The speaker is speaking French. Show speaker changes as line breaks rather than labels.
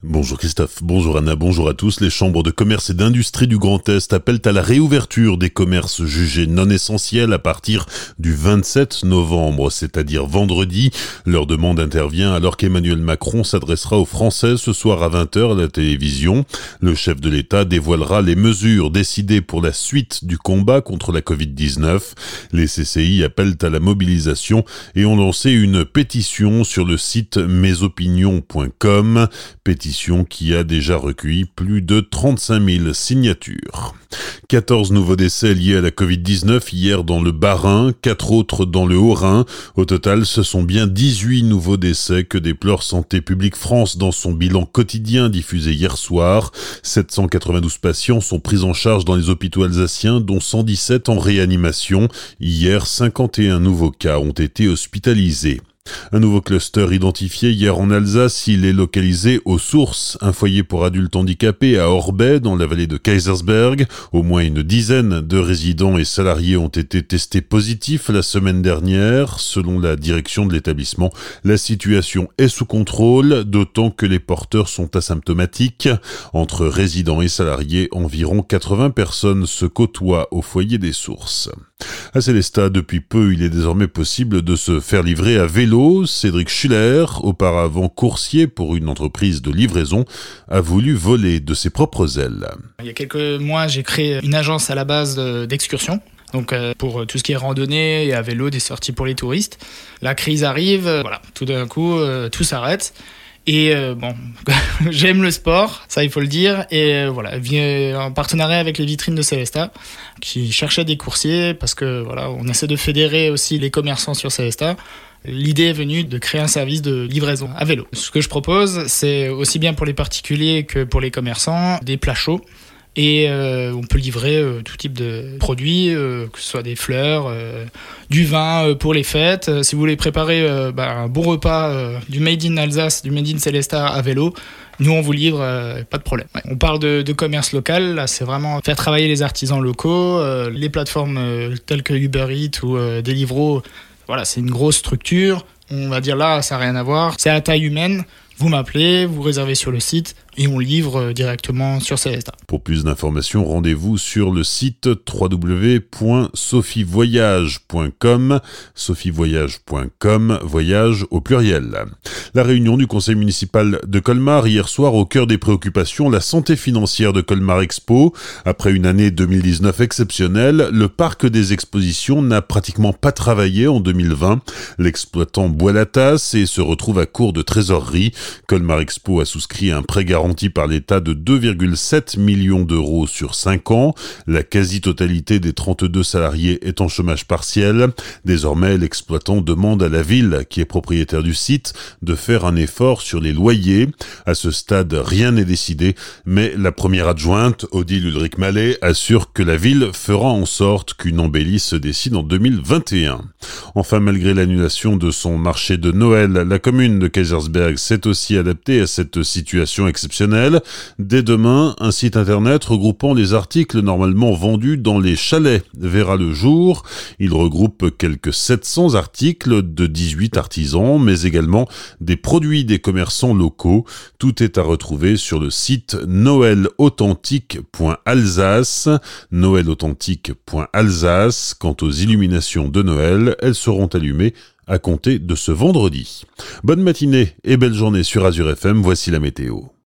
Bonjour Christophe, bonjour Anna, bonjour à tous. Les chambres de commerce et d'industrie du Grand Est appellent à la réouverture des commerces jugés non essentiels à partir du 27 novembre, c'est-à-dire vendredi. Leur demande intervient alors qu'Emmanuel Macron s'adressera aux Français ce soir à 20h à la télévision. Le chef de l'État dévoilera les mesures décidées pour la suite du combat contre la Covid-19. Les CCI appellent à la mobilisation et ont lancé une pétition sur le site mesopinions.com. Pétition qui a déjà recueilli plus de 35 000 signatures. 14 nouveaux décès liés à la Covid-19 hier dans le Bas-Rhin, 4 autres dans le Haut-Rhin. Au total, ce sont bien 18 nouveaux décès que déplore Santé publique France dans son bilan quotidien diffusé hier soir. 792 patients sont pris en charge dans les hôpitaux alsaciens, dont 117 en réanimation. Hier, 51 nouveaux cas ont été hospitalisés. Un nouveau cluster identifié hier en Alsace, il est localisé aux sources. Un foyer pour adultes handicapés à Orbey, dans la vallée de Kaysersberg. Au moins une dizaine de résidents et salariés ont été testés positifs la semaine dernière. Selon la direction de l'établissement, la situation est sous contrôle, d'autant que les porteurs sont asymptomatiques. Entre résidents et salariés, environ 80 personnes se côtoient au foyer des sources. À Sélestat, depuis peu, il est désormais possible de se faire livrer à vélo. Cédric Schuller, auparavant coursier pour une entreprise de livraison, a voulu voler de ses propres ailes.
Il y a quelques mois, j'ai créé une agence à la base d'excursion. Donc pour tout ce qui est randonnée et à vélo, des sorties pour les touristes. La crise arrive, tout d'un coup, tout s'arrête. Et j'aime le sport, ça il faut le dire, et en partenariat avec les vitrines de Sélestat, qui cherchaient des coursiers, parce que on essaie de fédérer aussi les commerçants sur Sélestat. L'idée est venue de créer un service de livraison à vélo. Ce que je propose, c'est aussi bien pour les particuliers que pour les commerçants, des plats chauds. Et on peut livrer tout type de produits, que ce soit des fleurs, du vin pour les fêtes. Si vous voulez préparer un bon repas du Made in Alsace, du Made in Sélestat à vélo, nous on vous livre, pas de problème. Ouais. On parle de commerce local, là c'est vraiment faire travailler les artisans locaux, les plateformes telles que Uber Eats ou Deliveroo. C'est une grosse structure. On va dire là, ça n'a rien à voir. C'est à taille humaine. Vous m'appelez, vous réservez sur le site et on livre directement sur Sélestat.
Pour plus d'informations, rendez-vous sur le site www.sophievoyage.com, sophievoyage.com, voyage au pluriel. La réunion du conseil municipal de Colmar hier soir au cœur des préoccupations, la santé financière de Colmar Expo. Après une année 2019 exceptionnelle, le parc des expositions n'a pratiquement pas travaillé en 2020. L'exploitant boit la tasse et se retrouve à court de trésorerie. Colmar Expo a souscrit un prêt garanti par l'État de 2,7 millions d'euros sur 5 ans. La quasi-totalité des 32 salariés est en chômage partiel. Désormais, l'exploitant demande à la ville, qui est propriétaire du site, de faire un effort sur les loyers. À ce stade, rien n'est décidé, mais la première adjointe, Odile Ulrich-Mallet, assure que la ville fera en sorte qu'une embellie se décide en 2021. Enfin, malgré l'annulation de son marché de Noël, la commune de Kaysersberg s'est aussi adaptée à cette situation exceptionnelle. Dès demain, un site internet regroupant les articles normalement vendus dans les chalets verra le jour. Il regroupe quelques 700 articles de 18 artisans, mais également des produits des commerçants locaux. Tout est à retrouver sur le site noelauthentique.alsace, noelauthentique.alsace. Quant aux illuminations de Noël, elles seront allumées à compter de ce vendredi. Bonne matinée et belle journée sur Azure FM, voici la météo.